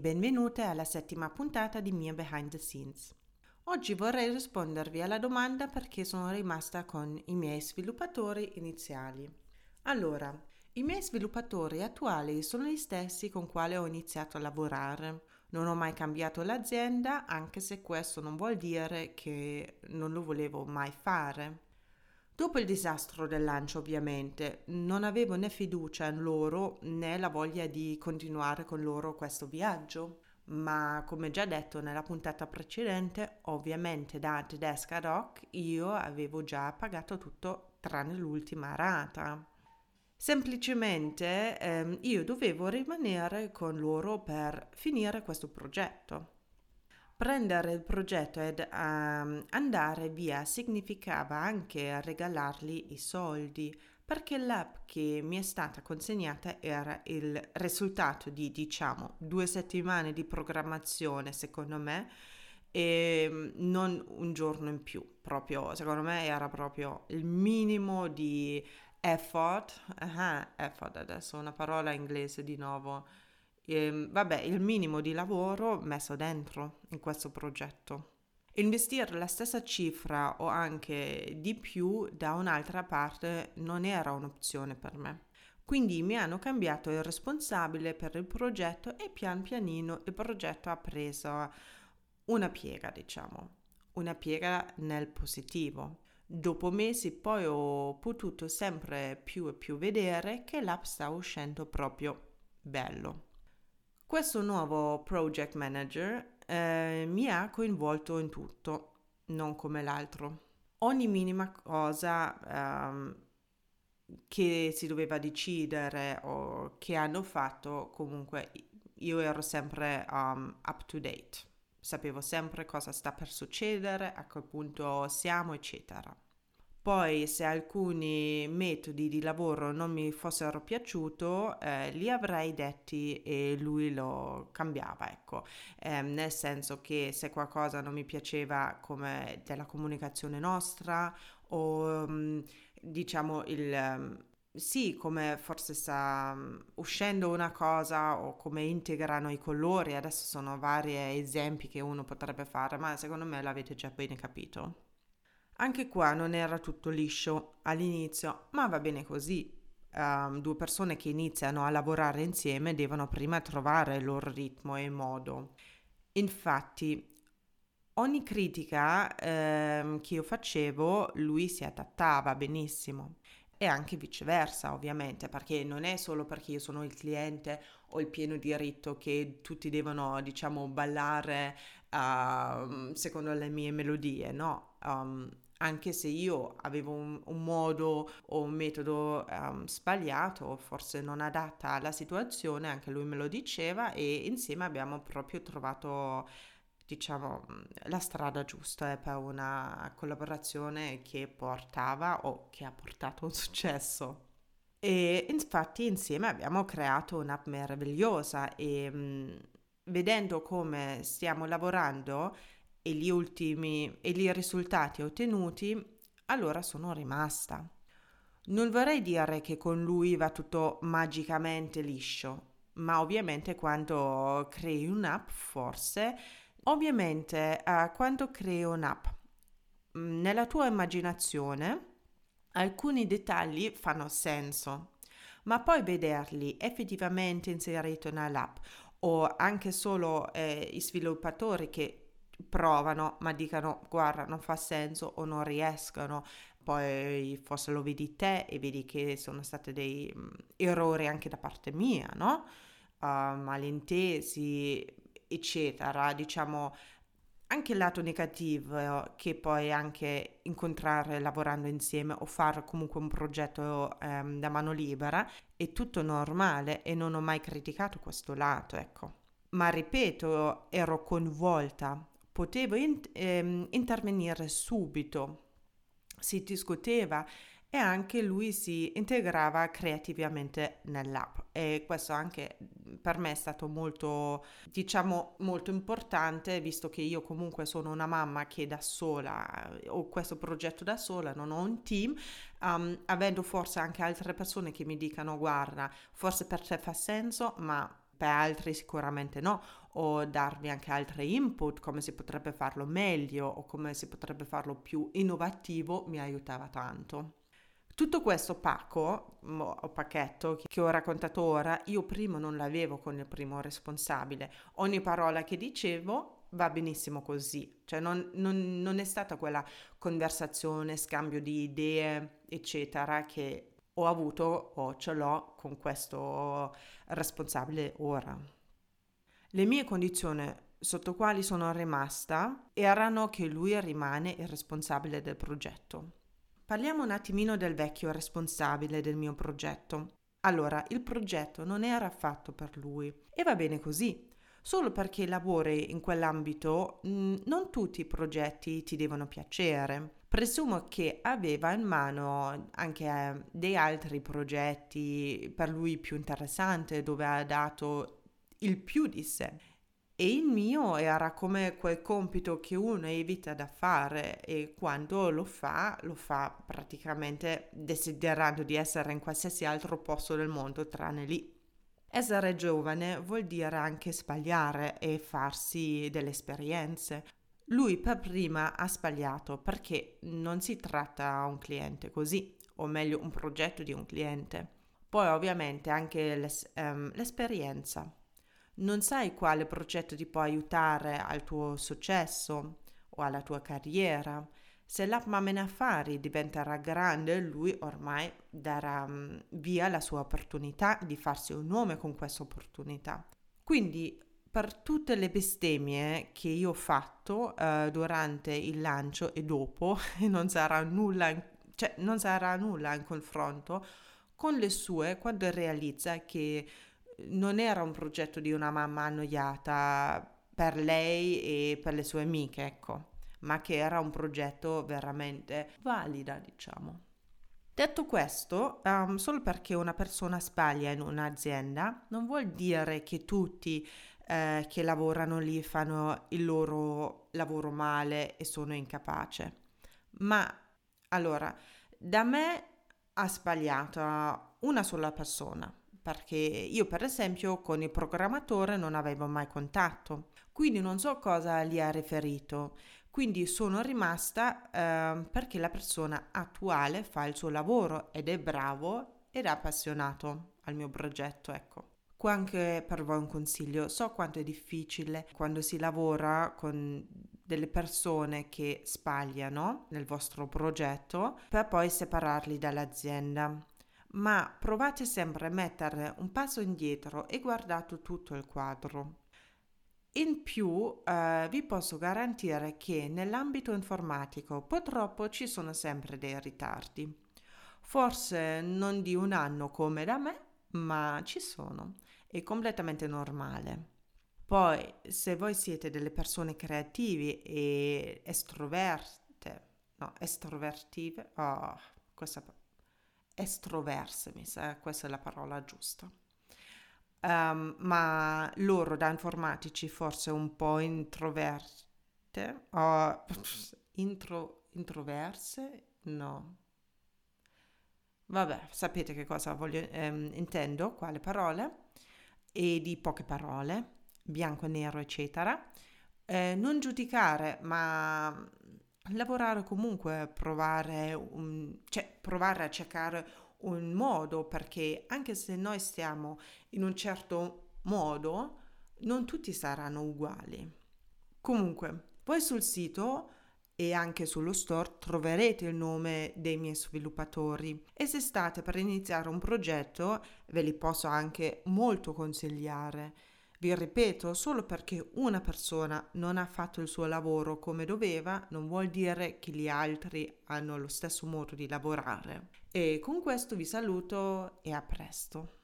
benvenute alla 7ª puntata di Mia Behind the Scenes. Oggi vorrei rispondervi alla domanda perché sono rimasta con i miei sviluppatori iniziali. Allora, i miei sviluppatori attuali sono gli stessi con quali ho iniziato a lavorare. Non ho mai cambiato l'azienda, anche se questo non vuol dire che non lo volevo mai fare. Dopo il disastro del lancio, ovviamente, non avevo né fiducia in loro né la voglia di continuare con loro questo viaggio. Ma come già detto nella puntata precedente, ovviamente da tedesca ad hoc io avevo già pagato tutto tranne l'ultima rata. Semplicemente io dovevo rimanere con loro per finire questo progetto. Prendere il progetto ed andare via significava anche regalargli i soldi, perché l'app che mi è stata consegnata era il risultato di, 2 settimane di programmazione, secondo me, e non un giorno in più. Proprio, secondo me era proprio il minimo di effort. Effort, adesso una parola inglese di nuovo. Vabbè, il minimo di lavoro messo dentro in questo progetto. Investire la stessa cifra o anche di più da un'altra parte non era un'opzione per me. Quindi mi hanno cambiato il responsabile per il progetto e pian pianino il progetto ha preso una piega, una piega nel positivo. Dopo mesi poi ho potuto sempre più e più vedere che l'app sta uscendo proprio bello. Questo nuovo project manager mi ha coinvolto in tutto, non come l'altro. Ogni minima cosa che si doveva decidere o che hanno fatto, comunque io ero sempre up to date. Sapevo sempre cosa sta per succedere, a quel punto siamo, eccetera. Poi se alcuni metodi di lavoro non mi fossero piaciuti, li avrei detti e lui lo cambiava, ecco. Nel senso che se qualcosa non mi piaceva come della comunicazione nostra o diciamo sì, come forse sta uscendo una cosa o come integrano i colori, adesso sono vari esempi che uno potrebbe fare, ma secondo me l'avete già bene capito. Anche qua non era tutto liscio all'inizio, ma va bene così. Due persone che iniziano a lavorare insieme devono prima trovare il loro ritmo e modo. Infatti, ogni critica che io facevo, lui si adattava benissimo. E anche viceversa, ovviamente, perché non è solo perché io sono il cliente ho il pieno diritto che tutti devono, diciamo, ballare secondo le mie melodie, no? Anche se io avevo un modo o un metodo sbagliato, forse non adatta alla situazione, anche lui me lo diceva e insieme abbiamo proprio trovato, diciamo, la strada giusta per una collaborazione che portava o che ha portato un successo. E infatti insieme abbiamo creato un'app meravigliosa e vedendo come stiamo lavorando e gli ultimi e i risultati ottenuti, allora sono rimasta. Non vorrei dire che con lui va tutto magicamente liscio, ma ovviamente quando crei un'app, forse, ovviamente quando crei un'app, nella tua immaginazione alcuni dettagli fanno senso, ma poi vederli effettivamente inseriti nell'app o anche solo i sviluppatori che provano ma dicono guarda non fa senso o non riescono, poi forse lo vedi te e vedi che sono stati dei errori anche da parte mia, no? Malintesi, eccetera, diciamo anche il lato negativo che poi anche incontrare lavorando insieme o fare comunque un progetto da mano libera è tutto normale e non ho mai criticato questo lato, ecco. Ma ripeto, ero coinvolta, potevo intervenire subito, si discuteva e anche lui si integrava creativamente nell'app e questo anche per me è stato molto, diciamo, molto importante visto che io comunque sono una mamma che da sola ho questo progetto da sola, non ho un team, avendo forse anche altre persone che mi dicano guarda, forse per te fa senso, ma per altri sicuramente no, o darvi anche altri input, come si potrebbe farlo meglio o come si potrebbe farlo più innovativo, mi aiutava tanto. Tutto questo pacchetto che ho raccontato ora, io prima non l'avevo con il primo responsabile. Ogni parola che dicevo va benissimo così, cioè non è stata quella conversazione, scambio di idee, eccetera, che ho avuto o ce l'ho con questo responsabile ora. Le mie condizioni sotto quali sono rimasta erano che lui rimane il responsabile del progetto. Parliamo un attimino del vecchio responsabile del mio progetto. Allora, il progetto non era fatto per lui e va bene così. Solo perché lavori in quell'ambito, non tutti i progetti ti devono piacere. Presumo che aveva in mano anche dei altri progetti per lui più interessanti, dove ha dato il più di sé. E il mio era come quel compito che uno evita da fare e quando lo fa praticamente desiderando di essere in qualsiasi altro posto del mondo tranne lì. Essere giovane vuol dire anche sbagliare e farsi delle esperienze. Lui per prima ha sbagliato perché non si tratta un cliente così, o meglio un progetto di un cliente. Poi ovviamente anche l'esperienza. Non sai quale progetto ti può aiutare al tuo successo o alla tua carriera. Se l'app Mamen Affari diventerà grande, lui ormai darà via la sua opportunità di farsi un nome con questa opportunità. Quindi per tutte le bestemmie che io ho fatto durante il lancio e dopo, non sarà nulla in confronto con le sue quando realizza che non era un progetto di una mamma annoiata per lei e per le sue amiche, ecco, ma che era un progetto veramente valida, diciamo. Detto questo, solo perché una persona sbaglia in un'azienda non vuol dire che tutti che lavorano lì fanno il loro lavoro male e sono incapaci. Ma allora, da me ha sbagliato una sola persona, perché io per esempio con il programmatore non avevo mai contatto, quindi non so cosa gli ha riferito. Quindi sono rimasta perché la persona attuale fa il suo lavoro ed è bravo ed è appassionato al mio progetto, ecco. Qua anche per voi un consiglio, so quanto è difficile quando si lavora con delle persone che sbagliano nel vostro progetto per poi separarli dall'azienda. Ma provate sempre a mettere un passo indietro e guardate tutto il quadro. In più, vi posso garantire che nell'ambito informatico purtroppo ci sono sempre dei ritardi. Forse non di un anno come da me, ma ci sono. È completamente normale. Poi, se voi siete delle persone creativi e estrovertive, estroverse, mi sa, questa è la parola giusta. Ma loro da informatici forse un po' introverte, introverse? No. Vabbè, sapete che cosa intendo, quale parole, e di poche parole, bianco e nero, eccetera. Non giudicare, ma lavorare comunque, provare a cercare un modo, perché anche se noi stiamo in un certo modo, non tutti saranno uguali. Comunque, poi sul sito e anche sullo store troverete il nome dei miei sviluppatori e se state per iniziare un progetto ve li posso anche molto consigliare. Vi ripeto, solo perché una persona non ha fatto il suo lavoro come doveva, non vuol dire che gli altri hanno lo stesso modo di lavorare. E con questo vi saluto e a presto.